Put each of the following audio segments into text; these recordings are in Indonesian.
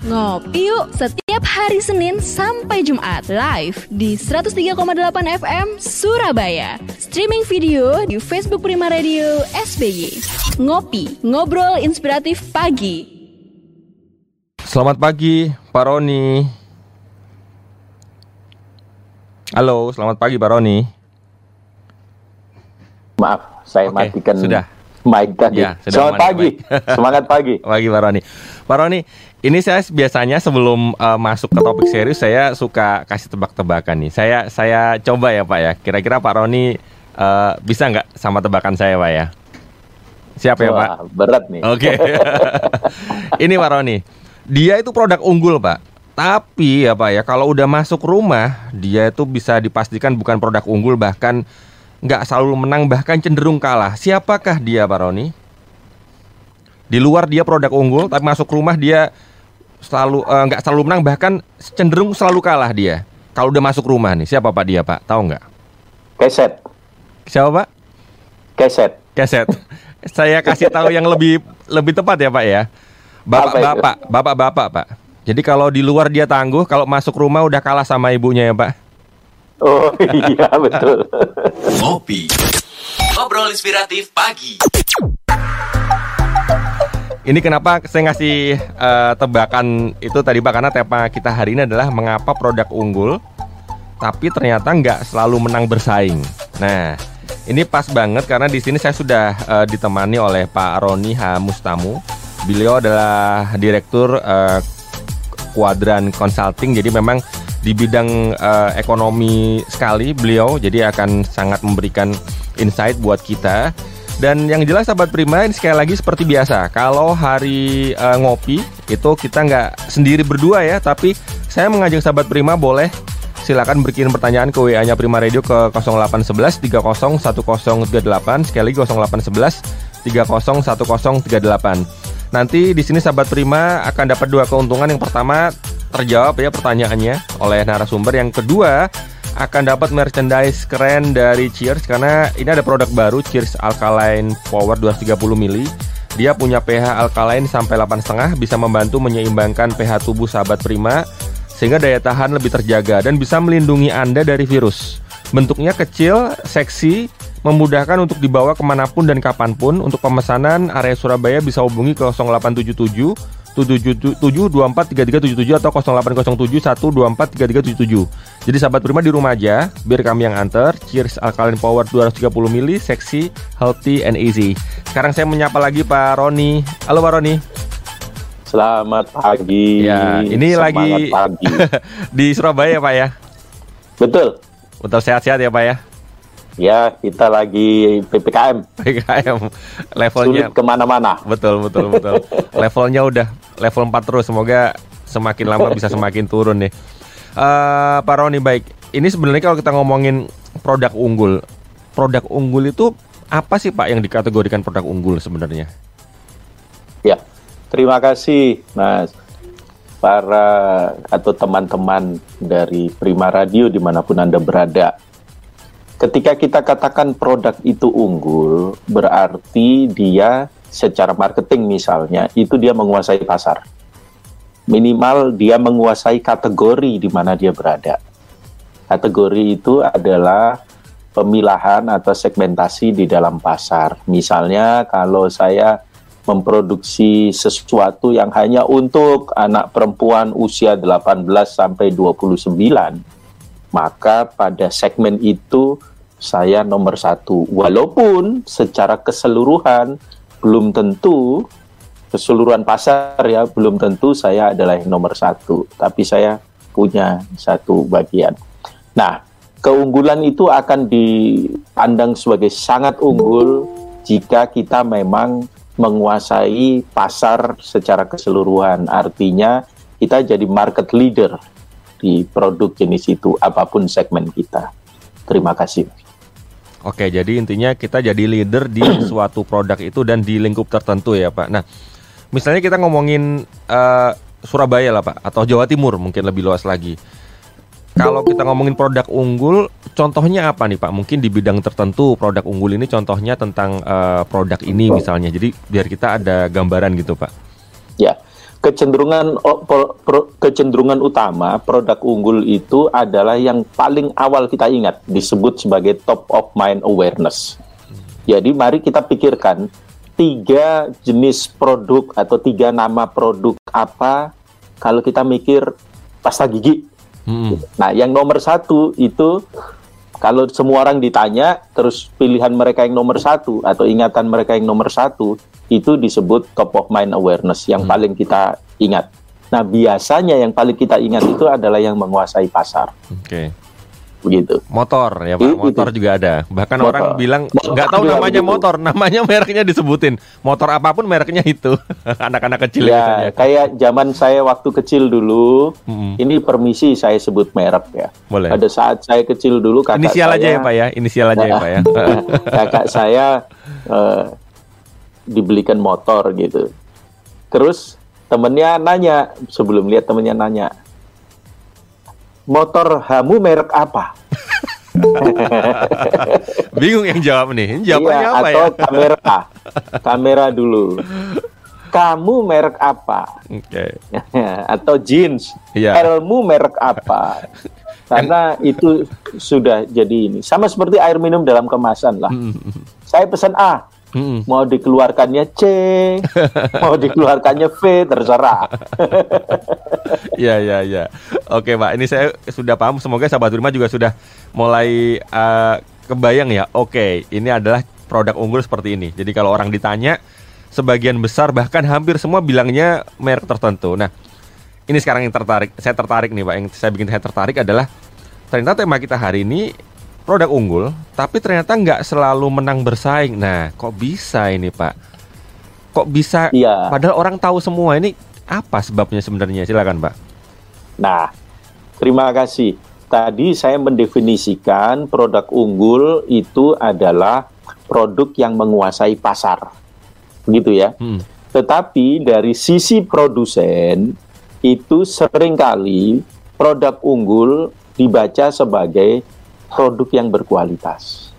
Ngopi yuk setiap hari Senin sampai Jumat live di 103,8 FM Surabaya. Streaming video di Facebook Prima Radio SBY. Ngopi, ngobrol inspiratif pagi. Selamat pagi Pak Roni. Halo, selamat pagi Pak Roni. Maaf, saya matikan sudah. Mic tadi. Ya, selamat pagi. Semangat pagi. Pagi Pak Roni. Pak Roni, ini saya biasanya sebelum masuk ke topik serius saya suka kasih tebak-tebakan nih. Saya coba ya Pak ya. Kira-kira Pak Roni bisa nggak sama tebakan saya Pak ya? Siap ya Pak? Berat nih. Oke. Ini Pak Roni, dia itu produk unggul Pak. Tapi ya Pak ya, kalau udah masuk rumah dia itu bisa dipastikan bukan produk unggul, bahkan nggak selalu menang, bahkan cenderung kalah. Siapakah dia Pak Roni? Di luar dia produk unggul, tapi masuk rumah dia selalu nggak selalu menang, bahkan cenderung selalu kalah dia. Kalau udah masuk rumah nih, siapa Pak dia Pak? Tahu nggak? Keset. Siapa Pak? Keset. Saya kasih tahu yang lebih tepat ya Pak ya. Bapak Pak. Jadi kalau di luar dia tangguh, kalau masuk rumah udah kalah sama ibunya ya Pak. Oh iya betul. Ngopi, ngobrol inspiratif pagi. Ini kenapa saya ngasih tebakan itu tadi Pak, karena tema kita hari ini adalah mengapa produk unggul tapi ternyata nggak selalu menang bersaing. Nah, ini pas banget karena di sini saya sudah ditemani oleh Pak Roni H. Mustamu. Beliau adalah direktur Quadrant Consulting, jadi memang di bidang ekonomi sekali beliau, jadi akan sangat memberikan insight buat kita. Dan yang jelas sahabat Prima, ini sekali lagi seperti biasa, kalau hari ngopi itu kita nggak sendiri berdua ya, tapi saya mengajak sahabat Prima boleh silakan berkirim pertanyaan ke WA-nya Prima Radio ke 0811 30 1038, sekali lagi 0811 30 1038. Nanti di sini sahabat Prima akan dapat 2 keuntungan. Yang pertama terjawab ya pertanyaannya oleh narasumber. Yang kedua akan dapat merchandise keren dari Cheers, karena ini ada produk baru Cheers Alkaline Power 230 ml. Dia punya pH alkaline sampai 8,5, bisa membantu menyeimbangkan pH tubuh sahabat Prima sehingga daya tahan lebih terjaga dan bisa melindungi Anda dari virus. Bentuknya kecil, seksi, memudahkan untuk dibawa kemanapun dan kapanpun. Untuk pemesanan area Surabaya bisa hubungi ke 0877 7243377 atau 0807 124 3377. Jadi sahabat Prima di rumah aja, biar kami yang antar. Cheers Alkaline Power 230 ml, seksi, healthy and easy. Sekarang saya menyapa lagi Pak Roni. Halo Pak Roni. Selamat pagi. Ya, ini Semangat lagi pagi. di Surabaya Pak ya. Betul. Sehat-sehat ya Pak ya. Ya, kita lagi PPKM. Levelnya sulit kemana-mana. Betul. Levelnya udah level 4 terus. Semoga semakin lama bisa semakin turun nih. Pak Roni, baik. Ini sebenarnya kalau kita ngomongin produk unggul itu apa sih Pak yang dikategorikan produk unggul sebenarnya? Ya, terima kasih Mas. Para atau teman-teman dari Prima Radio dimanapun Anda berada. Ketika kita katakan produk itu unggul, berarti dia secara marketing misalnya, itu dia menguasai pasar. Minimal dia menguasai kategori di mana dia berada. Kategori itu adalah pemilahan atau segmentasi di dalam pasar. Misalnya kalau saya memproduksi sesuatu yang hanya untuk anak perempuan usia 18 sampai 29, maka pada segmen itu saya nomor 1. Walaupun secara keseluruhan belum tentu, keseluruhan pasar ya, belum tentu saya adalah nomor 1. Tapi saya punya satu bagian. Nah, keunggulan itu akan dipandang sebagai sangat unggul jika kita memang menguasai pasar secara keseluruhan. Artinya kita jadi market leader di produk jenis itu, apapun segmen kita. Terima kasih. Oke, jadi intinya kita jadi leader di suatu produk itu dan di lingkup tertentu ya Pak. Nah, misalnya kita ngomongin Surabaya lah Pak, atau Jawa Timur mungkin lebih luas lagi. Kalau kita ngomongin produk unggul, contohnya apa nih Pak? Mungkin di bidang tertentu produk unggul ini contohnya tentang produk ini misalnya. Jadi biar kita ada gambaran gitu Pak. Ya, kecenderungan utama produk unggul itu adalah yang paling awal kita ingat, disebut sebagai top of mind awareness. Jadi mari kita pikirkan 3 jenis produk atau 3 nama produk apa kalau kita mikir pasta gigi. Nah, yang nomor 1 itu kalau semua orang ditanya, terus pilihan mereka yang nomor 1 atau ingatan mereka yang nomor 1 itu disebut top of mind awareness, yang paling kita ingat. Nah, biasanya yang paling kita ingat itu adalah yang menguasai pasar. Oke. Begitu. Motor ya Pak, motor juga ada. Bahkan motor. Orang bilang nggak tahu namanya motor, namanya mereknya disebutin. Motor apapun mereknya itu. Anak-anak kecil ya, misalnya. Kayak zaman saya waktu kecil dulu, ini permisi saya sebut merek ya. Boleh. Pada saat saya kecil dulu, kakak inisial saya, aja ya Pak ya, inisial aja ya Pak ya. kakak saya dibelikan motor gitu. Terus temennya nanya, sebelum lihat temennya nanya, motor kamu merek apa? Bingung yang jawab nih. Jawabannya apa atau ya? Kamera dulu. Kamu merek apa? Oke. Atau jeans. Iya. Helmu merek apa? Karena itu sudah jadi ini. Sama seperti air minum dalam kemasan lah. Saya pesan A. Mau dikeluarkannya C, mau dikeluarkannya V, terserah. Ya. Oke Pak, ini saya sudah paham. Semoga sahabat Prima juga sudah mulai kebayang ya. Oke, ini adalah produk unggul seperti ini. Jadi kalau orang ditanya, sebagian besar bahkan hampir semua bilangnya merek tertentu. Nah, ini sekarang yang saya tertarik nih Pak. Yang saya tertarik adalah ternyata tema kita hari ini produk unggul, tapi ternyata nggak selalu menang bersaing. Nah, kok bisa ini Pak? Kok bisa? Iya. Padahal orang tahu semua. Ini apa sebabnya sebenarnya? Silakan Pak. Nah, terima kasih. Tadi saya mendefinisikan produk unggul itu adalah produk yang menguasai pasar. Begitu ya. Tetapi dari sisi produsen, itu seringkali produk unggul dibaca sebagai produk yang berkualitas.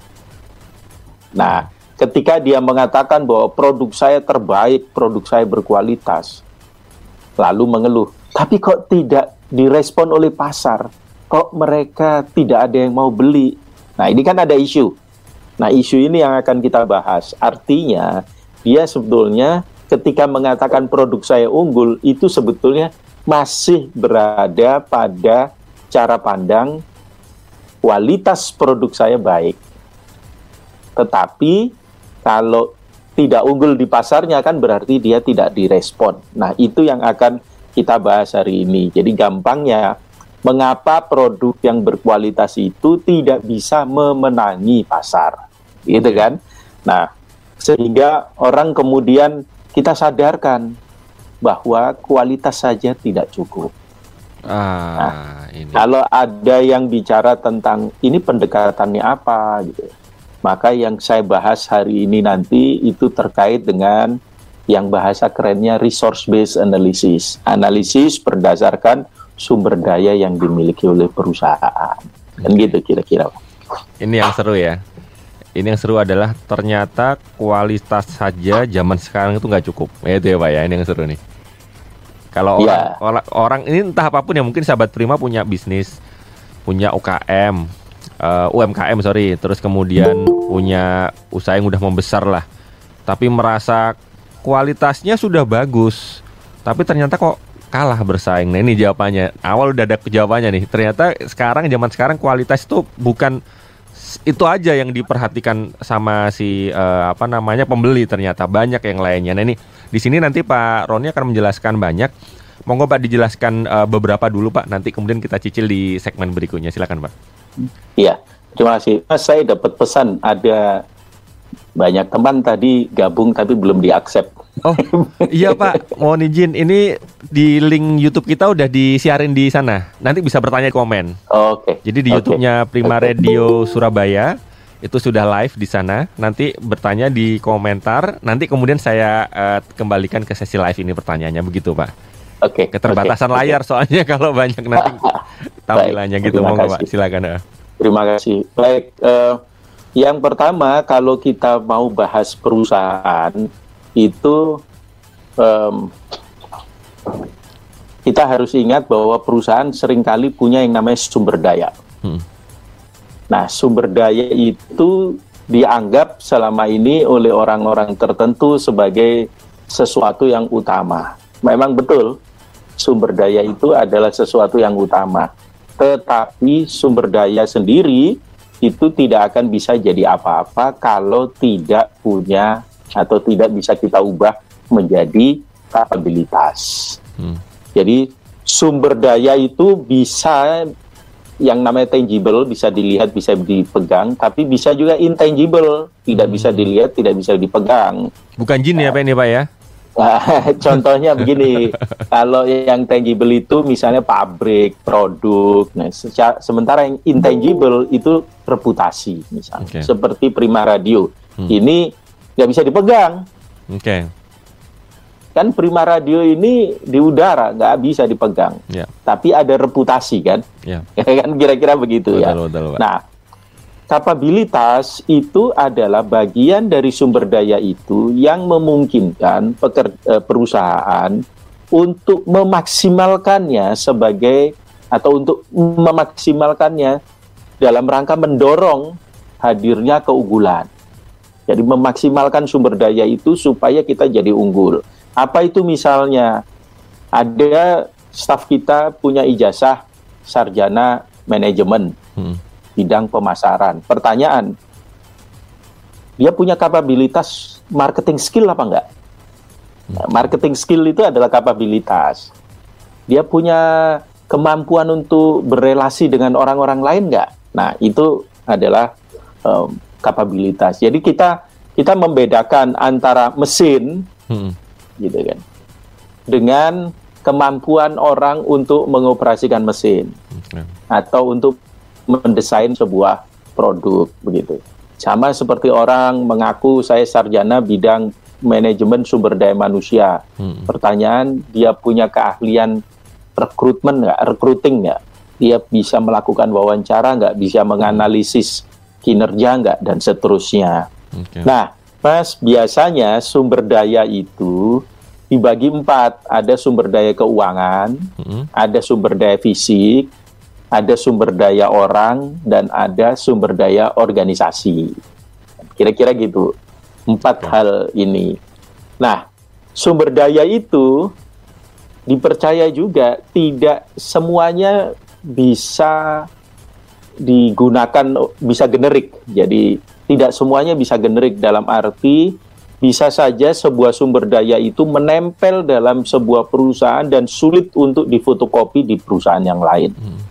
Nah, ketika dia mengatakan bahwa produk saya terbaik, produk saya berkualitas, lalu mengeluh, tapi kok tidak direspon oleh pasar? Kok mereka tidak ada yang mau beli? Nah, ini kan ada isu. Nah, isu ini yang akan kita bahas. Artinya, dia sebetulnya ketika mengatakan produk saya unggul, itu sebetulnya masih berada pada cara pandang kualitas produk saya baik. Tetapi kalau tidak unggul di pasarnya kan berarti dia tidak direspon. Nah, itu yang akan kita bahas hari ini. Jadi gampangnya, mengapa produk yang berkualitas itu tidak bisa memenangi pasar. Gitu kan? Nah, sehingga orang kemudian kita sadarkan bahwa kualitas saja tidak cukup. Ini. Kalau ada yang bicara tentang ini pendekatannya apa gitu, maka yang saya bahas hari ini nanti itu terkait dengan yang bahasa kerennya resource based analysis, analisis berdasarkan sumber daya yang dimiliki oleh perusahaan. Dan gitu kira-kira. Ini yang seru ya. Ini yang seru adalah ternyata kualitas saja zaman sekarang itu nggak cukup. Itu ya Pak ya, ini yang seru nih. Kalau orang ini entah apapun ya, mungkin sahabat Prima punya bisnis, punya UMKM, terus kemudian punya usaha yang udah membesar lah, tapi merasa kualitasnya sudah bagus, tapi ternyata kok kalah bersaing. Nah, ini jawabannya. Awal udah ada jawabannya nih. Ternyata zaman sekarang kualitas itu bukan itu aja yang diperhatikan sama si pembeli, ternyata banyak yang lainnya. Nah, ini di sini nanti Pak Roni akan menjelaskan banyak. Monggo Pak dijelaskan beberapa dulu Pak. Nanti kemudian kita cicil di segmen berikutnya. Silakan Pak. Iya, terima kasih. Mas, saya dapat pesan ada banyak teman tadi gabung tapi belum di-accept. Oh iya Pak, mohon izin. Ini di link YouTube kita udah disiarin di sana. Nanti bisa bertanya di komen. Oke. Jadi di YouTube-nya Prima Radio Surabaya itu sudah live di sana. Nanti bertanya di komentar. Nanti kemudian saya kembalikan ke sesi live ini pertanyaannya, begitu Pak. Oke. Keterbatasan layar soalnya kalau banyak nanti tampilannya gitu. Monggo Pak, silakan. Terima kasih. Baik, yang pertama kalau kita mau bahas perusahaan itu kita harus ingat bahwa perusahaan seringkali punya yang namanya sumber daya. Nah, sumber daya itu dianggap selama ini oleh orang-orang tertentu sebagai sesuatu yang utama. Memang betul, sumber daya itu adalah sesuatu yang utama. Tetapi sumber daya sendiri itu tidak akan bisa jadi apa-apa kalau tidak punya atau tidak bisa kita ubah menjadi kapabilitas. Jadi sumber daya itu bisa yang namanya tangible, bisa dilihat, bisa dipegang, tapi bisa juga intangible, tidak bisa dilihat, tidak bisa dipegang. Bukan jin ya Pak ini Pak ya? Contohnya begini, kalau yang tangible itu misalnya pabrik, produk, nah, sementara yang intangible itu reputasi misalnya, seperti Prima Radio. Ini nggak bisa dipegang. Kan Prima Radio ini di udara nggak bisa dipegang, tapi ada reputasi kan, kan kira-kira begitu. Betul, nah, kapabilitas itu adalah bagian dari sumber daya itu yang memungkinkan perusahaan untuk memaksimalkannya sebagai atau untuk memaksimalkannya dalam rangka mendorong hadirnya keunggulan. Jadi memaksimalkan sumber daya itu supaya kita jadi unggul. Apa itu misalnya? Ada staf kita punya ijazah sarjana manajemen bidang pemasaran. Pertanyaan, dia punya kapabilitas marketing skill apa enggak? Nah, marketing skill itu adalah kapabilitas. Dia punya kemampuan untuk berrelasi dengan orang-orang lain enggak? Nah, itu adalah kapabilitas. Jadi kita membedakan antara mesin gitu kan, dengan kemampuan orang untuk mengoperasikan mesin atau untuk mendesain sebuah produk begitu. Sama seperti orang mengaku saya sarjana bidang manajemen sumber daya manusia. Pertanyaan, dia punya keahlian rekrutmen nggak, recruiting nggak? Dia bisa melakukan wawancara nggak? Bisa menganalisis kinerja nggak? Dan seterusnya. Nah, Mas, biasanya sumber daya itu dibagi 4. Ada sumber daya keuangan, ada sumber daya fisik, ada sumber daya orang, dan ada sumber daya organisasi. Kira-kira gitu. 4 hal ini. Nah, sumber daya itu dipercaya juga tidak semuanya bisa digunakan, bisa generik. Jadi tidak semuanya bisa generik dalam arti bisa saja sebuah sumber daya itu menempel dalam sebuah perusahaan dan sulit untuk difotokopi di perusahaan yang lain.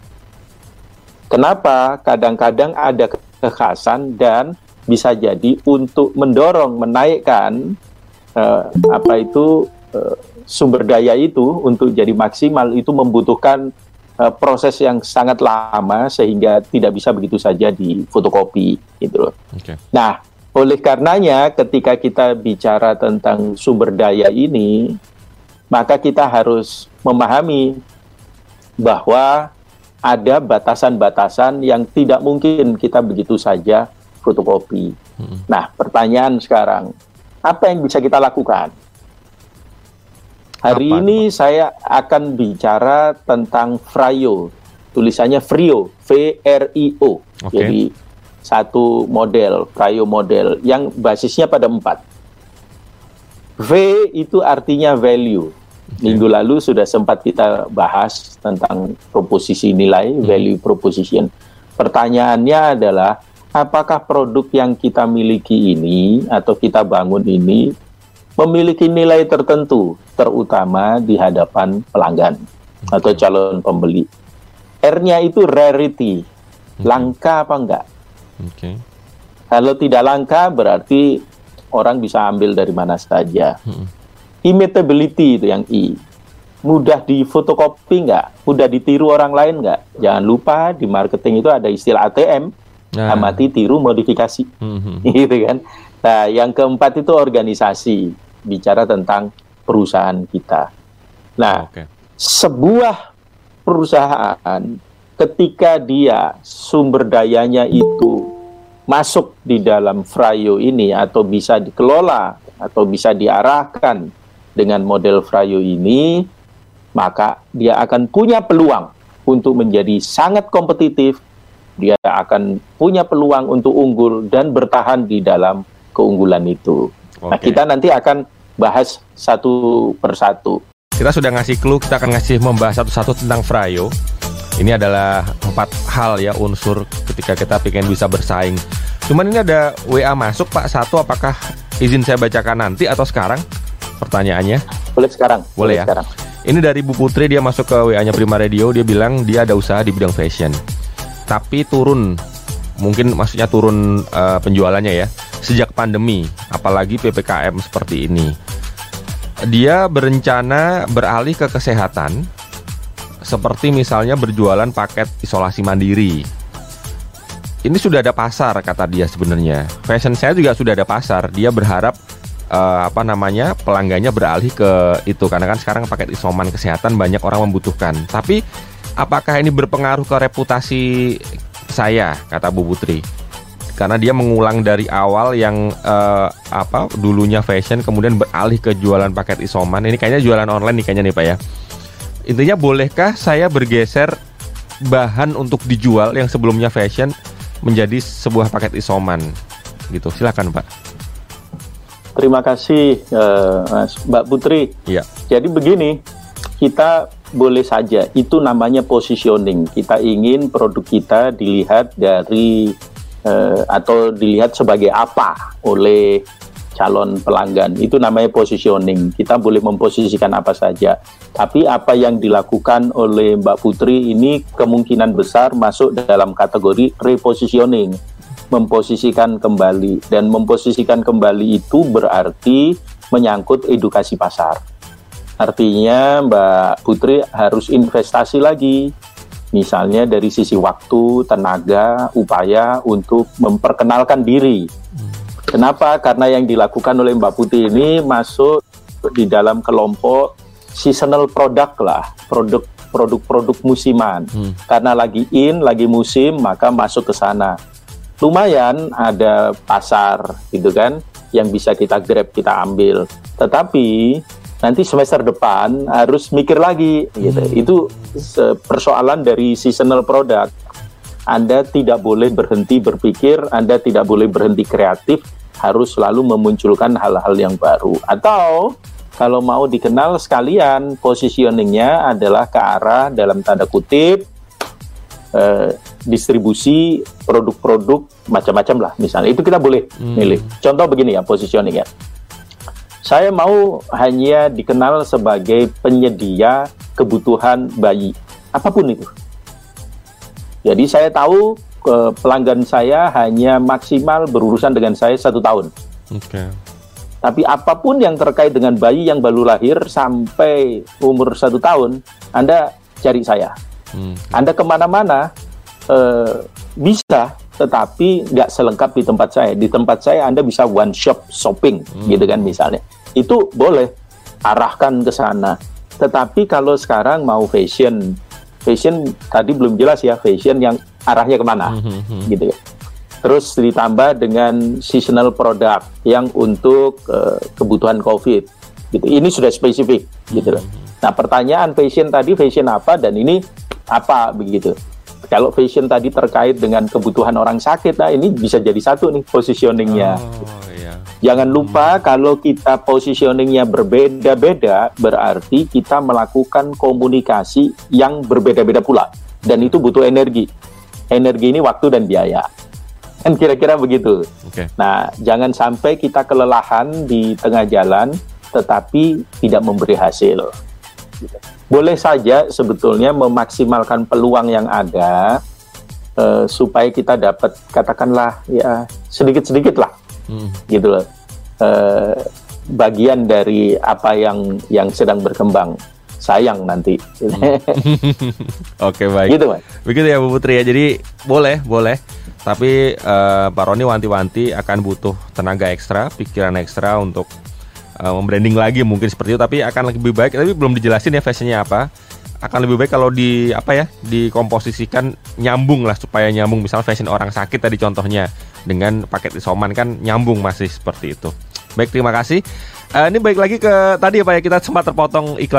Kenapa? Kadang-kadang ada kekhasan dan bisa jadi untuk mendorong, menaikkan sumber daya itu untuk jadi maksimal itu membutuhkan proses yang sangat lama sehingga tidak bisa begitu saja difotokopi gitu loh. Nah, oleh karenanya ketika kita bicara tentang sumber daya ini, maka kita harus memahami bahwa ada batasan-batasan yang tidak mungkin kita begitu saja fotokopi. Nah, pertanyaan sekarang, apa yang bisa kita lakukan? Hari ini saya akan bicara tentang Frio, tulisannya Frio, V-R-I-O. Jadi satu model, Frio model, yang basisnya pada 4. V itu artinya value. Minggu lalu sudah sempat kita bahas tentang proposisi nilai, value proposition. Pertanyaannya adalah, apakah produk yang kita miliki ini atau kita bangun ini memiliki nilai tertentu, terutama di hadapan pelanggan atau calon pembeli. R-nya itu rarity, langka apa enggak? Kalau tidak langka berarti orang bisa ambil dari mana saja. Imitability itu yang I. Mudah difotokopi enggak? Mudah ditiru orang lain enggak? Jangan lupa di marketing itu ada istilah ATM, amati, tiru, modifikasi. Gitu kan? Nah, yang keempat itu organisasi. Bicara tentang perusahaan kita. Nah, sebuah perusahaan ketika dia sumber dayanya itu masuk di dalam Frio ini atau bisa dikelola atau bisa diarahkan dengan model Frio ini, maka dia akan punya peluang untuk menjadi sangat kompetitif, dia akan punya peluang untuk unggul dan bertahan di dalam keunggulan itu. Nah, kita nanti akan bahas satu persatu. Kita sudah ngasih clue, kita akan membahas satu-satu tentang Fryo. Ini adalah 4 hal ya, unsur ketika kita pengen bisa bersaing. Cuman ini ada WA masuk Pak, satu, apakah izin saya bacakan nanti atau sekarang? Pertanyaannya. Boleh sekarang. Boleh ya. Sekarang. Ini dari Bu Putri, dia masuk ke WA-nya Prima Radio, dia bilang dia ada usaha di bidang fashion. Tapi turun, mungkin maksudnya turun penjualannya ya, sejak pandemi, apalagi PPKM seperti ini. Dia berencana beralih ke kesehatan, seperti misalnya berjualan paket isolasi mandiri. Ini sudah ada pasar, kata dia sebenarnya. Fashion saya juga sudah ada pasar. Dia berharap pelanggannya beralih ke itu, karena kan sekarang paket isoman kesehatan banyak orang membutuhkan. Tapi apakah ini berpengaruh ke reputasi saya, kata Bu Putri? Karena dia mengulang dari awal yang dulunya fashion kemudian beralih ke jualan paket isoman. Ini kayaknya jualan online nih kayaknya nih Pak ya. Intinya, bolehkah saya bergeser bahan untuk dijual yang sebelumnya fashion menjadi sebuah paket isoman? Gitu, silakan Pak. Terima kasih Mbak Putri. Ya. Jadi begini, kita boleh saja, itu namanya positioning. Kita ingin produk kita dilihat dari atau dilihat sebagai apa oleh calon pelanggan. Itu namanya positioning. Kita boleh memposisikan apa saja. Tapi apa yang dilakukan oleh Mbak Putri ini kemungkinan besar masuk dalam kategori repositioning. Memposisikan kembali. Dan memposisikan kembali itu berarti menyangkut edukasi pasar. Artinya Mbak Putri harus investasi lagi. Misalnya dari sisi waktu, tenaga, upaya untuk memperkenalkan diri. Kenapa? Karena yang dilakukan oleh Mbak Putri ini masuk di dalam kelompok seasonal product lah, produk-produk musiman. Karena lagi lagi musim, maka masuk ke sana. Lumayan ada pasar gitu kan, yang bisa kita grab, kita ambil. Tetapi nanti semester depan harus mikir lagi gitu. Itu persoalan dari seasonal product. Anda tidak boleh berhenti berpikir, Anda tidak boleh berhenti kreatif, harus selalu memunculkan hal-hal yang baru. Atau kalau mau dikenal sekalian, positioningnya adalah ke arah dalam tanda kutip distribusi produk-produk macam-macam lah misalnya. Itu kita boleh milih. Contoh begini ya positioningnya. Saya mau hanya dikenal sebagai penyedia kebutuhan bayi, apapun itu. Jadi saya tahu pelanggan saya hanya maksimal berurusan dengan saya 1 tahun. Tapi apapun yang terkait dengan bayi yang baru lahir sampai umur 1 tahun, Anda cari saya. Anda kemana-mana bisa, tetapi nggak selengkap di tempat saya. Di tempat saya Anda bisa one shop shopping, gitu kan misalnya. Itu boleh, arahkan ke sana. Tetapi kalau sekarang mau fashion tadi belum jelas ya, fashion yang arahnya kemana, gitu ya. Terus ditambah dengan seasonal product yang untuk kebutuhan COVID, gitu. Ini sudah spesifik, gitu. Nah, pertanyaan fashion tadi, fashion apa dan ini apa begitu? Kalau fashion tadi terkait dengan kebutuhan orang sakit, nah ini bisa jadi satu nih positioningnya. Jangan lupa kalau kita positioningnya berbeda-beda, berarti kita melakukan komunikasi yang berbeda-beda pula. Dan itu butuh energi. Energi ini waktu dan biaya. Kan kira-kira begitu. Nah, jangan sampai kita kelelahan di tengah jalan, tetapi tidak memberi hasil. Boleh saja sebetulnya memaksimalkan peluang yang ada, supaya kita dapat, katakanlah ya sedikit-sedikit lah. Gitu loh, bagian dari apa yang sedang berkembang, sayang nanti. Oke, baik. Gitu, Mas. Begitu ya Bu Putri ya. Jadi boleh. Tapi Pak Roni wanti-wanti akan butuh tenaga ekstra, pikiran ekstra untuk membranding lagi mungkin seperti itu. Tapi akan lebih baik. Tapi belum dijelasin ya fashionnya apa. Akan lebih baik kalau dikomposisikan nyambung lah, supaya nyambung. Misal fashion orang sakit tadi contohnya, dengan paket isoman kan nyambung masih seperti itu. Baik, terima kasih. Ini baik lagi ke tadi ya Pak ya, kita sempat terpotong iklan.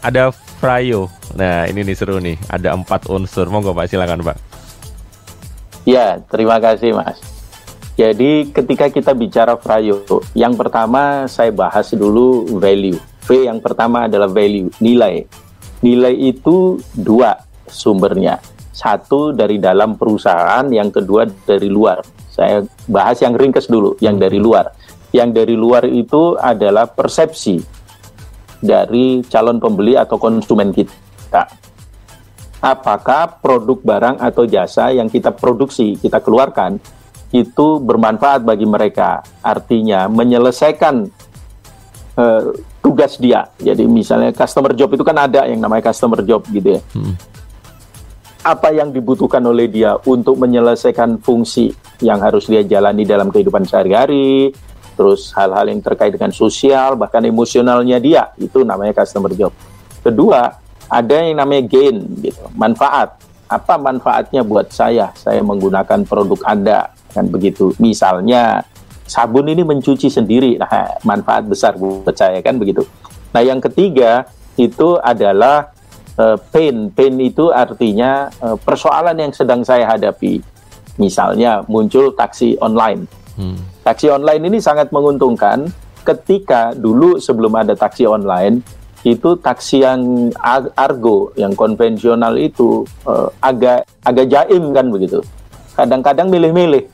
ada Fryo. Nah, ini nih seru nih. Ada 4 unsur. Monggo Pak, silakan Pak. Ya, terima kasih Mas. Jadi ketika kita bicara Fryo, yang pertama saya bahas dulu value. V yang pertama adalah value, nilai. Nilai itu 2 sumbernya. 1 dari dalam perusahaan, yang kedua dari luar. Saya bahas yang ringkas dulu, yang dari luar. Yang dari luar itu adalah persepsi dari calon pembeli atau konsumen kita. Apakah produk barang atau jasa yang kita produksi, kita keluarkan, itu bermanfaat bagi mereka. Artinya menyelesaikan tugas dia. Jadi misalnya customer job itu kan ada yang namanya customer job gitu ya. Apa yang dibutuhkan oleh dia untuk menyelesaikan fungsi yang harus dia jalani dalam kehidupan sehari-hari, terus hal-hal yang terkait dengan sosial, bahkan emosionalnya dia, itu namanya customer job. Kedua, ada yang namanya gain, gitu, manfaat. Apa manfaatnya buat saya menggunakan produk Anda, kan begitu. Misalnya, sabun ini mencuci sendiri, nah manfaat besar buat saya, kan begitu. Nah yang ketiga, itu adalah pain. Pain itu artinya persoalan yang sedang saya hadapi. Misalnya, muncul taksi online. Taksi online ini sangat menguntungkan ketika dulu sebelum ada taksi online, itu taksi yang argo, yang konvensional itu agak jaim kan begitu. Kadang-kadang milih-milih.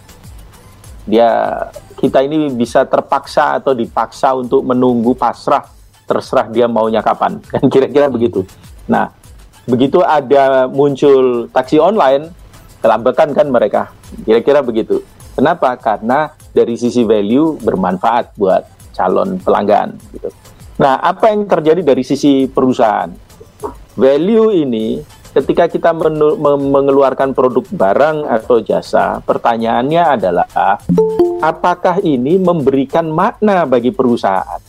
Kita ini bisa terpaksa atau dipaksa untuk menunggu pasrah, terserah dia maunya kapan. Kan kira-kira begitu. Nah, begitu ada muncul taksi online, kelambatan kan mereka. Kira-kira begitu. Kenapa? Karena dari sisi value bermanfaat buat calon pelanggan gitu. Nah, apa yang terjadi dari sisi perusahaan? Value ini ketika kita mengeluarkan produk barang atau jasa, pertanyaannya adalah apakah ini memberikan makna bagi perusahaan?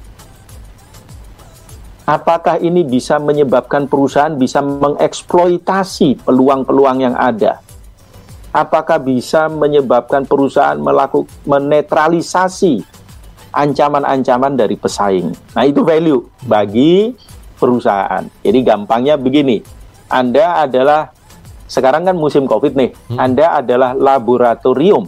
Apakah ini bisa menyebabkan perusahaan bisa mengeksploitasi peluang-peluang yang ada? Apakah bisa menyebabkan perusahaan menetralisasi ancaman-ancaman dari pesaing? Nah, itu value bagi perusahaan. Jadi gampangnya begini, Anda adalah, sekarang kan musim COVID nih, Anda adalah laboratorium,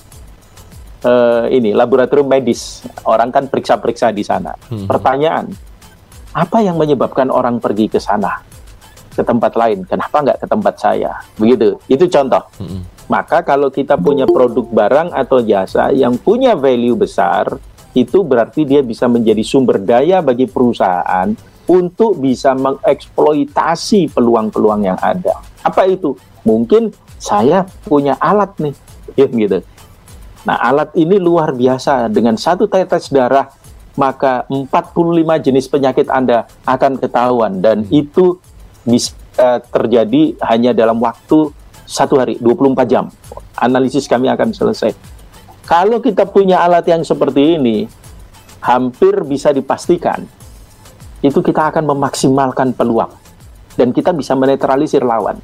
laboratorium medis. Orang kan periksa-periksa di sana. Pertanyaan, apa yang menyebabkan orang pergi ke sana, ke tempat lain? Kenapa nggak ke tempat saya? Begitu, itu contoh. Maka kalau kita punya produk barang atau jasa yang punya value besar, itu berarti dia bisa menjadi sumber daya bagi perusahaan untuk bisa mengeksploitasi peluang-peluang yang ada. Apa itu? Mungkin saya punya alat nih, gitu. Nah, alat ini luar biasa. Dengan 1 tetes darah, maka 45 jenis penyakit Anda akan ketahuan. Dan itu bisa terjadi hanya dalam waktu 1 hari, 24 jam. Analisis kami akan selesai. Kalau kita punya alat yang seperti ini, hampir bisa dipastikan, itu kita akan memaksimalkan peluang. Dan kita bisa menetralisir lawan.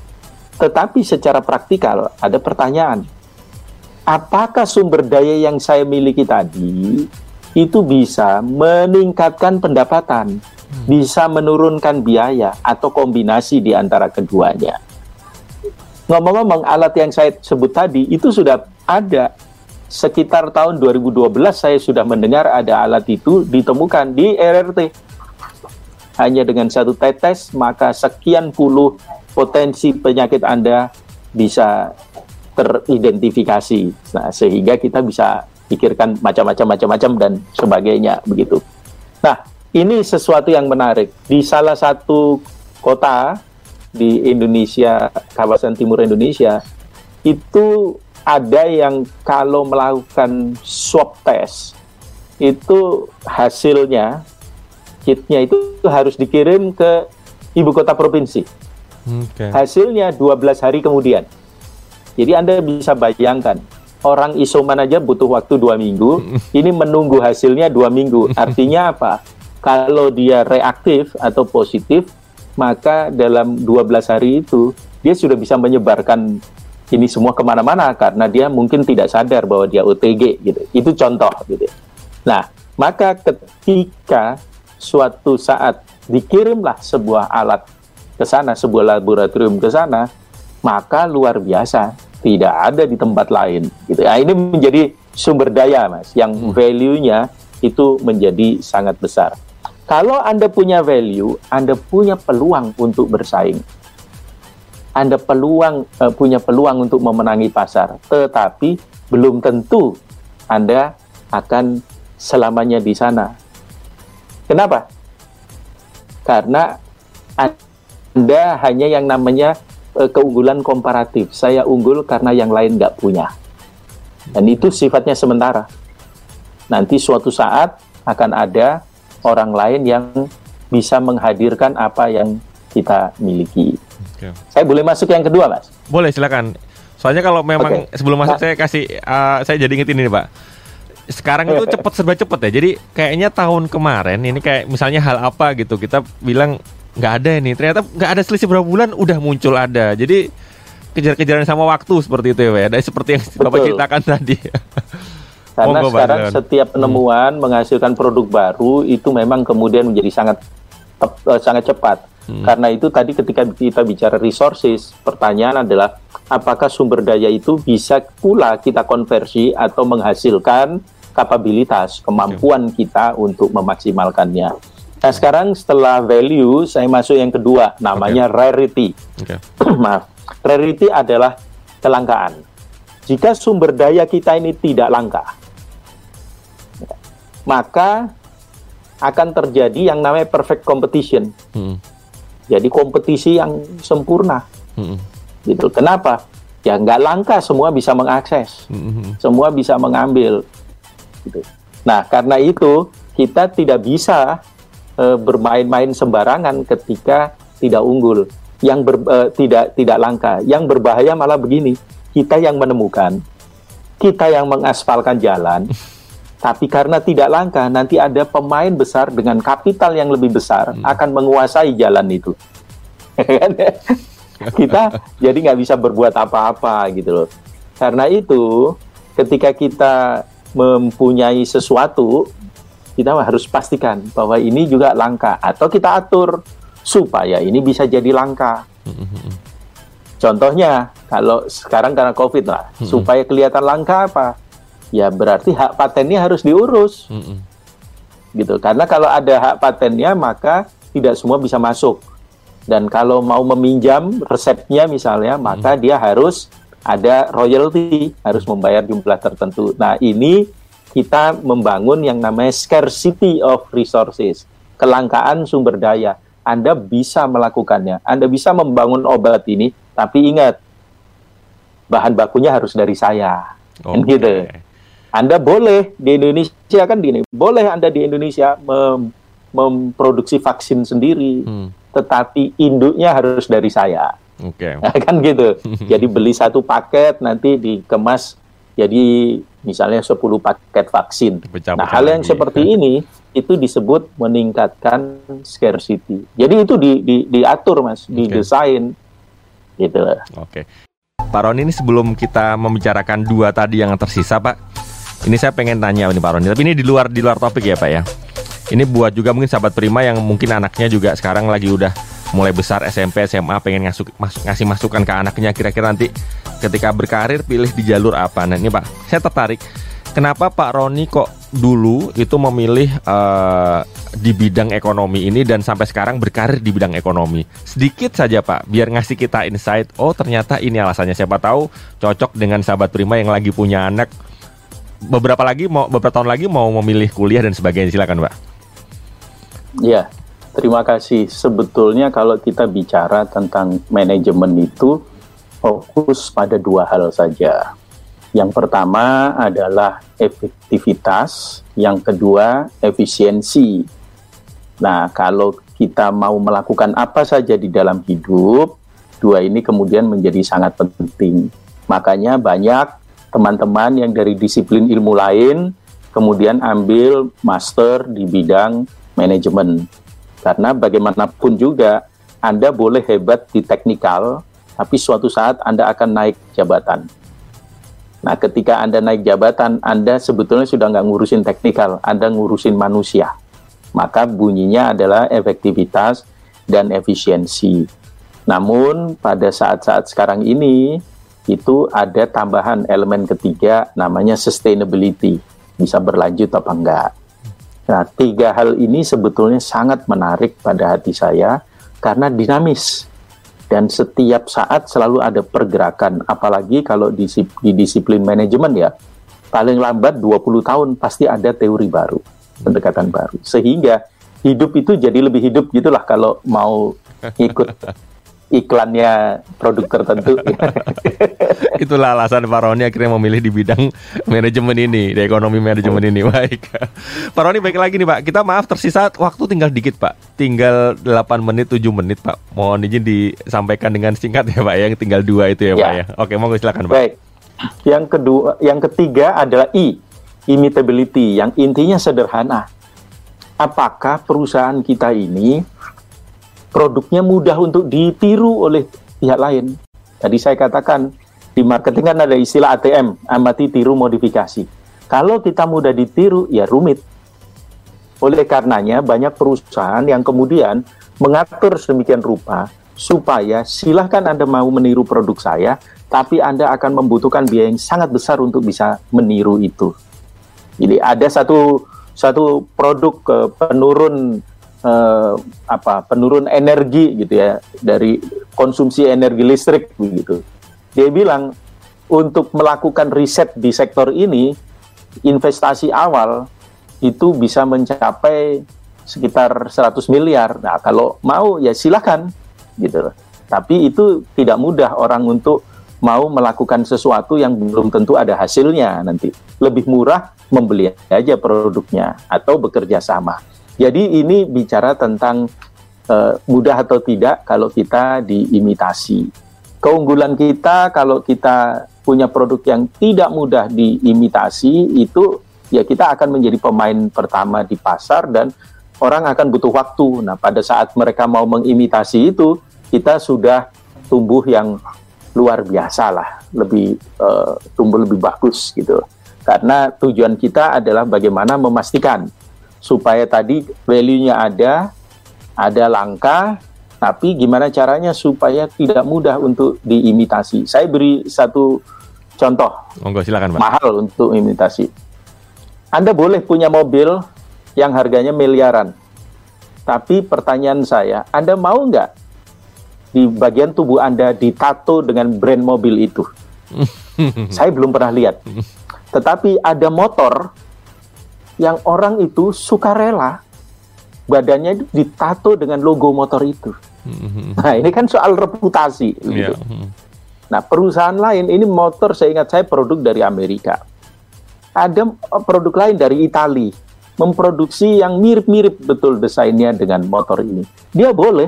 Tetapi secara praktikal, ada pertanyaan. Apakah sumber daya yang saya miliki tadi, itu bisa meningkatkan pendapatan, bisa menurunkan biaya, atau kombinasi di antara keduanya? Ngomong-ngomong, alat yang saya sebut tadi, itu sudah ada. Sekitar tahun 2012 saya sudah mendengar ada alat itu ditemukan di RRT. Hanya dengan 1 tetes, maka sekian puluh potensi penyakit Anda bisa teridentifikasi. Nah, sehingga kita bisa pikirkan macam-macam dan sebagainya begitu. Nah, ini sesuatu yang menarik. Di salah satu kota di Indonesia, kawasan timur Indonesia, itu ada yang kalau melakukan swab test, itu hasilnya, kitnya itu harus dikirim ke ibu kota provinsi. Hasilnya 12 hari kemudian. Jadi Anda bisa bayangkan, orang isoman aja butuh waktu 2 minggu, ini menunggu hasilnya 2 minggu. Artinya apa? Kalau dia reaktif atau positif, maka dalam 12 hari itu, dia sudah bisa menyebarkan ini semua kemana-mana, karena dia mungkin tidak sadar bahwa dia OTG, gitu. Itu contoh, gitu. Nah, maka ketika suatu saat dikirimlah sebuah alat ke sana, sebuah laboratorium ke sana, maka luar biasa, tidak ada di tempat lain. Gitu. Nah, ini menjadi sumber daya, Mas, yang value-nya itu menjadi sangat besar. Kalau Anda punya value, Anda punya peluang untuk bersaing. Anda punya peluang untuk memenangi pasar, tetapi belum tentu Anda akan selamanya di sana. Kenapa? Karena Anda hanya yang namanya keunggulan komparatif. Saya unggul karena yang lain nggak punya. Dan itu sifatnya sementara. Nanti suatu saat akan ada orang lain yang bisa menghadirkan apa yang kita miliki. Okay. Saya boleh masuk yang kedua, Mas? Boleh, silakan. Soalnya kalau memang sebelum masuk saya kasih, saya jadi inget ini nih, Pak. Sekarang itu serba cepet ya. Jadi kayaknya tahun kemarin ini kayak misalnya hal apa gitu, kita bilang nggak ada ini, ternyata nggak ada selisih berapa bulan udah muncul ada. Jadi kejar-kejaran sama waktu seperti itu ya, Pak. Ada seperti yang Bapak ceritakan tadi. Karena sekarang setiap penemuan menghasilkan produk baru itu memang kemudian menjadi sangat cepat. Karena itu tadi ketika kita bicara resources, pertanyaan adalah apakah sumber daya itu bisa pula kita konversi atau menghasilkan kapabilitas, kemampuan kita untuk memaksimalkannya. Nah, sekarang setelah value, saya masuk yang kedua, namanya rarity. Maaf, rarity adalah kelangkaan. Jika sumber daya kita ini tidak langka, maka akan terjadi yang namanya perfect competition. Jadi kompetisi yang sempurna. Gitu. Kenapa? Ya nggak langka, semua bisa mengakses, semua bisa mengambil. Gitu. Nah, karena itu kita tidak bisa bermain-main sembarangan ketika tidak unggul, tidak langka. Yang berbahaya malah begini, kita yang menemukan, kita yang mengaspalkan jalan, tapi karena tidak langka, nanti ada pemain besar dengan kapital yang lebih besar akan menguasai jalan itu. Kita jadi nggak bisa berbuat apa-apa gitu loh. Karena itu, ketika kita mempunyai sesuatu, kita harus pastikan bahwa ini juga langka, atau kita atur supaya ini bisa jadi langka. Contohnya, kalau sekarang karena COVID lah, supaya kelihatan langka apa? Ya berarti hak patennya harus diurus, gitu. Karena kalau ada hak patennya, maka tidak semua bisa masuk. Dan kalau mau meminjam resepnya misalnya, maka dia harus ada royalty, harus membayar jumlah tertentu. Nah, ini kita membangun yang namanya scarcity of resources, kelangkaan sumber daya. Anda bisa melakukannya, Anda bisa membangun obat ini, tapi ingat, bahan bakunya harus dari saya. Kan gitu. Anda boleh di Indonesia kan gini, boleh Anda di Indonesia memproduksi vaksin sendiri, tetapi induknya harus dari saya. Kan gitu. Jadi beli satu paket, nanti dikemas jadi misalnya 10 paket vaksin. Nah, hal yang seperti ini itu disebut meningkatkan scarcity. Jadi itu diatur, Mas, didesain gitu. Pak Roni, ini sebelum kita membicarakan dua tadi yang tersisa, Pak, ini saya pengen tanya nih Pak Roni, tapi ini di luar topik ya, Pak ya. Ini buat juga mungkin sahabat Prima yang mungkin anaknya juga sekarang lagi udah mulai besar, SMP, SMA, pengen ngasih masukan ke anaknya, kira-kira nanti ketika berkarir pilih di jalur apa. Nah ini Pak, saya tertarik, kenapa Pak Roni kok dulu itu memilih di bidang ekonomi ini dan sampai sekarang berkarir di bidang ekonomi? Sedikit saja Pak, biar ngasih kita insight, oh ternyata ini alasannya, siapa tahu cocok dengan sahabat Prima yang lagi punya anak, beberapa tahun lagi mau memilih kuliah dan sebagainya. Silakan Pak. Ya, terima kasih. Sebetulnya kalau kita bicara tentang manajemen itu fokus pada dua hal saja. Yang pertama adalah efektivitas, yang kedua efisiensi. Nah, kalau kita mau melakukan apa saja di dalam hidup, dua ini kemudian menjadi sangat penting. Makanya banyak teman-teman yang dari disiplin ilmu lain kemudian ambil master di bidang manajemen. Karena bagaimanapun juga Anda boleh hebat di teknikal, tapi suatu saat Anda akan naik jabatan. Nah, ketika Anda naik jabatan, Anda sebetulnya sudah nggak ngurusin teknikal, Anda ngurusin manusia. Maka bunyinya adalah efektivitas dan efisiensi. Namun pada saat-saat sekarang ini itu ada tambahan elemen ketiga namanya sustainability. Bisa berlanjut apa enggak. Nah, 3 hal ini sebetulnya sangat menarik pada hati saya karena dinamis. Dan setiap saat selalu ada pergerakan. Apalagi kalau di disiplin manajemen ya, paling lambat 20 tahun pasti ada teori baru, pendekatan baru. Sehingga hidup itu jadi lebih hidup gitulah kalau mau ikut iklannya produk tertentu. Itulah alasan Pak Roni akhirnya memilih di bidang manajemen ini, di ekonomi manajemen ini. Baik, Pak Roni, baik lagi nih Pak. Kita maaf tersisa waktu tinggal dikit Pak. Tinggal 8 menit, 7 menit Pak. Mohon izin disampaikan dengan singkat ya Pak. Yang tinggal 2 itu ya Pak ya. Oke, monggo silakan Pak. Baik. Yang ketiga adalah imitability, yang intinya sederhana. Apakah perusahaan kita ini produknya mudah untuk ditiru oleh pihak lain? Tadi saya katakan di marketing kan ada istilah ATM, amati, tiru, modifikasi. Kalau kita mudah ditiru, ya rumit. Oleh karenanya banyak perusahaan yang kemudian mengatur sedemikian rupa supaya silahkan Anda mau meniru produk saya, tapi Anda akan membutuhkan biaya yang sangat besar untuk bisa meniru itu. Jadi ada satu produk penurun penurun energi gitu ya, dari konsumsi energi listrik begitu. Dia bilang untuk melakukan riset di sektor ini, investasi awal itu bisa mencapai sekitar 100 miliar. Nah, kalau mau ya silakan gitu. Tapi itu tidak mudah orang untuk mau melakukan sesuatu yang belum tentu ada hasilnya nanti. Lebih murah membeli aja produknya atau bekerja sama. Jadi ini bicara tentang mudah atau tidak kalau kita diimitasi. Keunggulan kita kalau kita punya produk yang tidak mudah diimitasi, itu ya kita akan menjadi pemain pertama di pasar dan orang akan butuh waktu. Nah, pada saat mereka mau mengimitasi itu, kita sudah tumbuh yang luar biasa lah, tumbuh lebih bagus gitu. Karena tujuan kita adalah bagaimana memastikan supaya tadi value-nya ada langka, tapi gimana caranya supaya tidak mudah untuk diimitasi. Saya beri satu contoh. Monggo silakan, Pak. Mahal untuk imitasi. Anda boleh punya mobil yang harganya miliaran, tapi pertanyaan saya, Anda mau nggak di bagian tubuh Anda ditato dengan brand mobil itu? Saya belum pernah lihat. Tetapi ada motor yang orang itu sukarela badannya ditato dengan logo motor itu. Nah, ini kan soal reputasi. Gitu. Nah, perusahaan lain, ini motor saya ingat saya produk dari Amerika. Ada produk lain dari Italia memproduksi yang mirip-mirip betul desainnya dengan motor ini. Dia boleh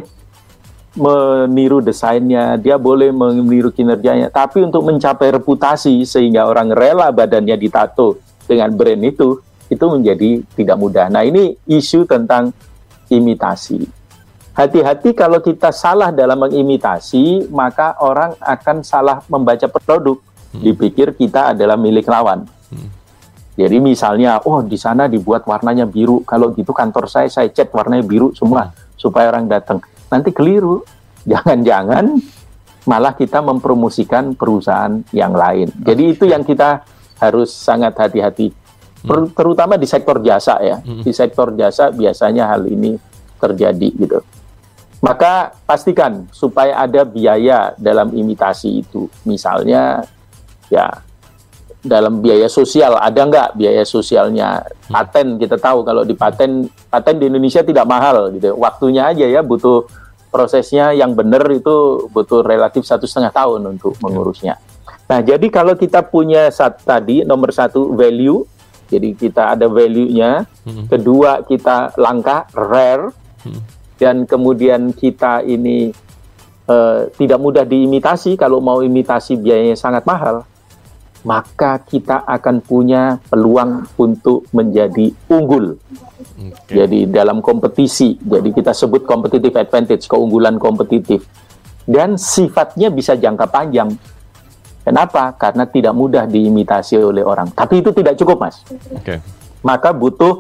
meniru desainnya, dia boleh meniru kinerjanya, tapi untuk mencapai reputasi sehingga orang rela badannya ditato dengan brand itu menjadi tidak mudah. Nah, ini isu tentang imitasi. Hati-hati kalau kita salah dalam mengimitasi, maka orang akan salah membaca produk. Dipikir kita adalah milik lawan. Jadi misalnya, oh di sana dibuat warnanya biru, kalau gitu kantor saya cat warnanya biru semua supaya orang datang. Nanti keliru. Jangan-jangan malah kita mempromosikan perusahaan yang lain. Jadi itu yang kita harus sangat hati-hati. Terutama di sektor jasa ya. Di sektor jasa biasanya hal ini terjadi gitu. Maka pastikan supaya ada biaya dalam imitasi itu. Misalnya ya dalam biaya sosial, ada nggak biaya sosialnya? Paten, kita tahu kalau di paten di Indonesia tidak mahal gitu. Waktunya aja ya, butuh prosesnya yang benar itu butuh relatif 1,5 tahun untuk mengurusnya. Nah, jadi kalau kita punya tadi nomor 1 value, jadi kita ada value-nya. Kedua, kita langka, rare. Dan kemudian kita ini tidak mudah diimitasi. Kalau mau imitasi biayanya sangat mahal, maka kita akan punya peluang untuk menjadi unggul. Jadi dalam kompetisi, jadi kita sebut competitive advantage, keunggulan kompetitif. Dan sifatnya bisa jangka panjang. Kenapa? Karena tidak mudah diimitasi oleh orang. Tapi itu tidak cukup, Mas. Maka butuh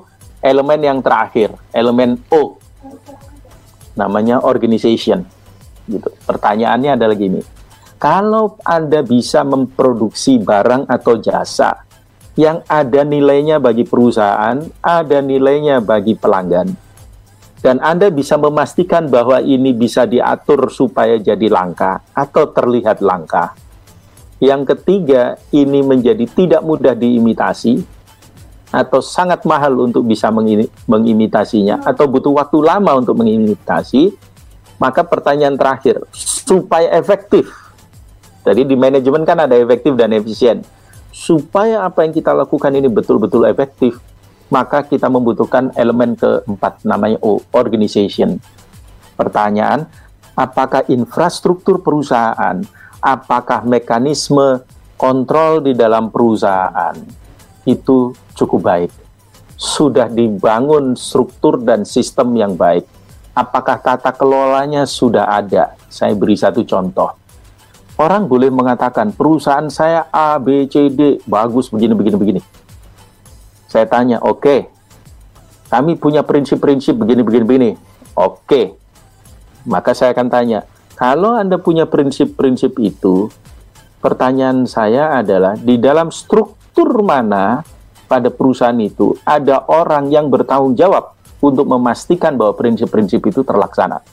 elemen yang terakhir, elemen O, namanya organization. Gitu. Pertanyaannya adalah gini, kalau Anda bisa memproduksi barang atau jasa yang ada nilainya bagi perusahaan, ada nilainya bagi pelanggan, dan Anda bisa memastikan bahwa ini bisa diatur supaya jadi langka atau terlihat langka. Yang ketiga, ini menjadi tidak mudah diimitasi atau sangat mahal untuk bisa mengimitasinya atau butuh waktu lama untuk mengimitasi. Maka pertanyaan terakhir, supaya efektif. Jadi di manajemen kan ada efektif dan efisien. Supaya apa yang kita lakukan ini betul-betul efektif, maka kita membutuhkan elemen keempat, namanya O, organization. Pertanyaan, apakah infrastruktur perusahaan, apakah mekanisme kontrol di dalam perusahaan itu cukup baik? Sudah dibangun struktur dan sistem yang baik? Apakah tata kelolanya sudah ada? Saya beri satu contoh. Orang boleh mengatakan, perusahaan saya A, B, C, D, bagus, begini. Saya tanya, oke, kami punya prinsip-prinsip begini. Oke, maka saya akan tanya, kalau Anda punya prinsip-prinsip itu, pertanyaan saya adalah, di dalam struktur mana pada perusahaan itu ada orang yang bertanggung jawab untuk memastikan bahwa prinsip-prinsip itu terlaksana.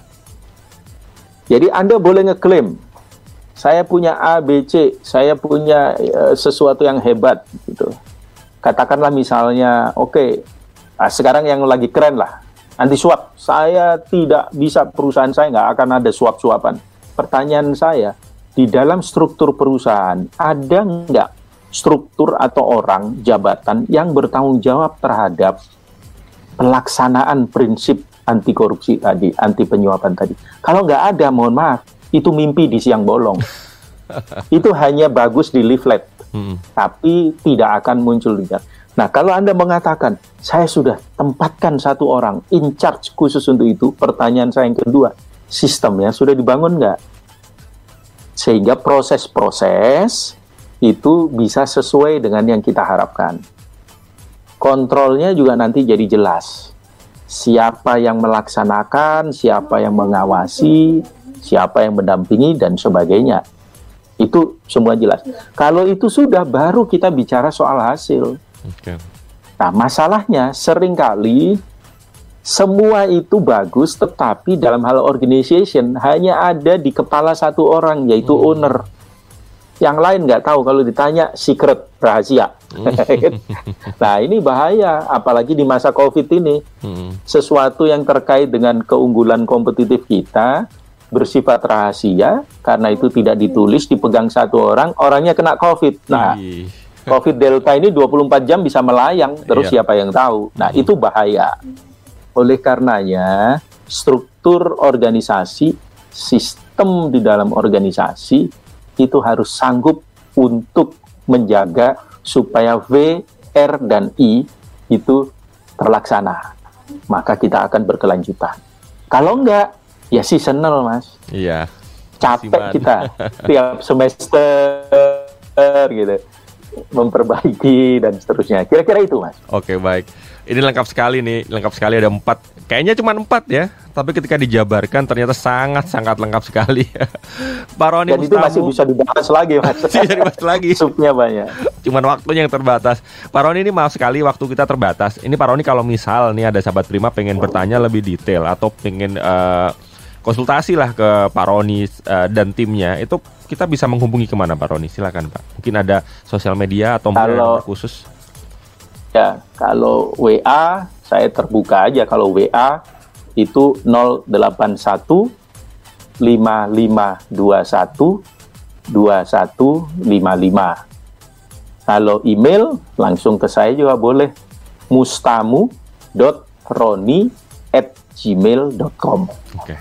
Jadi Anda boleh ngeklaim, saya punya A, B, C, saya punya sesuatu yang hebat, gitu. Katakanlah misalnya, oke, sekarang yang lagi keren lah, anti suap. Saya tidak bisa, perusahaan saya nggak akan ada suap-suapan. Pertanyaan saya, di dalam struktur perusahaan, ada nggak struktur atau orang, jabatan yang bertanggung jawab terhadap pelaksanaan prinsip anti korupsi tadi, anti penyuapan tadi? Kalau nggak ada, mohon maaf, itu mimpi di siang bolong. Itu hanya bagus di leaflet. Tapi tidak akan muncul. Nah, kalau Anda mengatakan, saya sudah tempatkan satu orang in charge khusus untuk itu, pertanyaan saya yang kedua, sistemnya sudah dibangun nggak? Sehingga proses-proses itu bisa sesuai dengan yang kita harapkan. Kontrolnya juga nanti jadi jelas. Siapa yang melaksanakan, siapa yang mengawasi, siapa yang mendampingi, dan sebagainya. Itu semua jelas. Kalau itu sudah, baru kita bicara soal hasil. Okay. Nah, masalahnya seringkali semua itu bagus, tetapi dalam hal organization hanya ada di kepala satu orang, yaitu owner. Yang lain nggak tahu, kalau ditanya secret, rahasia. Nah, ini bahaya, apalagi di masa COVID ini. Sesuatu yang terkait dengan keunggulan kompetitif kita bersifat rahasia, karena itu tidak ditulis, dipegang satu orang, orangnya kena COVID. Nah, COVID Delta ini 24 jam bisa melayang, terus siapa yang tahu? Nah, itu bahaya. Oleh karenanya, struktur organisasi, sistem di dalam organisasi, itu harus sanggup untuk menjaga supaya V, R, dan I itu terlaksana. Maka kita akan berkelanjutan. Kalau enggak, ya seasonal, Mas. Iya. Capek kita tiap semester gitu, memperbaiki dan seterusnya. Kira-kira itu, Mas. Oke, baik. Ini lengkap sekali nih, lengkap sekali, ada 4. Kayaknya cuma 4 ya, tapi ketika dijabarkan ternyata sangat-sangat lengkap sekali. Pak Roni dan Mustamu, itu masih bisa dibahas lagi, Mas. Bisa dibahas lagi. Supnya banyak. Cuman waktunya yang terbatas. Pak Roni, ini maaf sekali waktu kita terbatas. Ini Pak Roni, kalau misal nih ada sahabat Prima pengen bertanya lebih detail atau pengen konsultasi lah ke Pak Roni dan timnya, itu kita bisa menghubungi kemana, Pak Roni? Silakan, Pak. Mungkin ada sosial media atau nomor khusus? Ya, kalau WA saya terbuka aja. Kalau WA itu 081 5521 2155. Kalau email langsung ke saya juga boleh, mustamu.roni@gmail.com. Oke.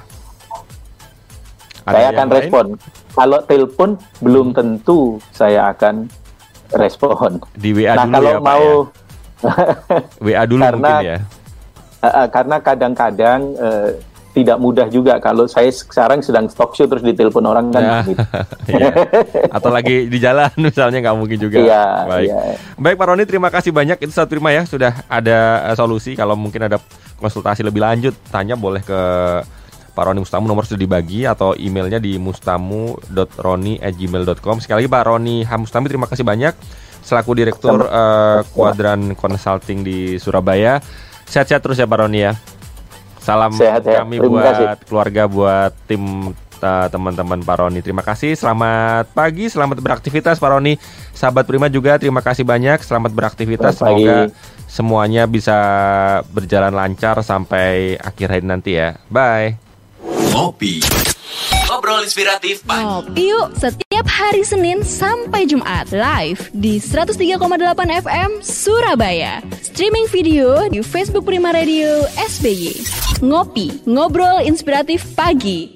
Saya akan respon. Kalau telepon belum tentu saya akan respon. Di WA nah, dulu kalau ya, Pak, mau ya? WA dulu karena, mungkin ya. Karena kadang-kadang tidak mudah juga kalau saya sekarang sedang talk show terus ditelepon orang kan. Gitu. Iya. Atau lagi di jalan misalnya, nggak mungkin juga. Iya, Baik. iya. Baik Pak Roni, terima kasih banyak. Itu satu Prima ya, sudah ada solusi. Kalau mungkin ada konsultasi lebih lanjut, tanya boleh ke Pak Roni Mustamu, nomor sudah dibagi, atau emailnya di mustamu.roni@gmail.com. Sekali lagi Pak Roni Mustamu, terima kasih banyak selaku Direktur Quadrant Consulting di Surabaya. Sehat-sehat terus ya Pak Roni ya. Salam Sehat, ya. kami Terima buat kasih. keluarga, buat tim teman-teman Pak Roni. Terima kasih, selamat pagi, selamat beraktivitas Pak Roni. Sahabat Prima juga terima kasih banyak, selamat beraktivitas. Selamat Semoga pagi. semuanya bisa berjalan lancar sampai akhir hari nanti ya. Bye. Ngopi. Ngobrol inspiratif pagi. Ngopi yuk setiap hari Senin sampai Jumat live di 103,8 FM Surabaya. Streaming video di Facebook Prima Radio SBY. Ngopi, ngobrol inspiratif pagi.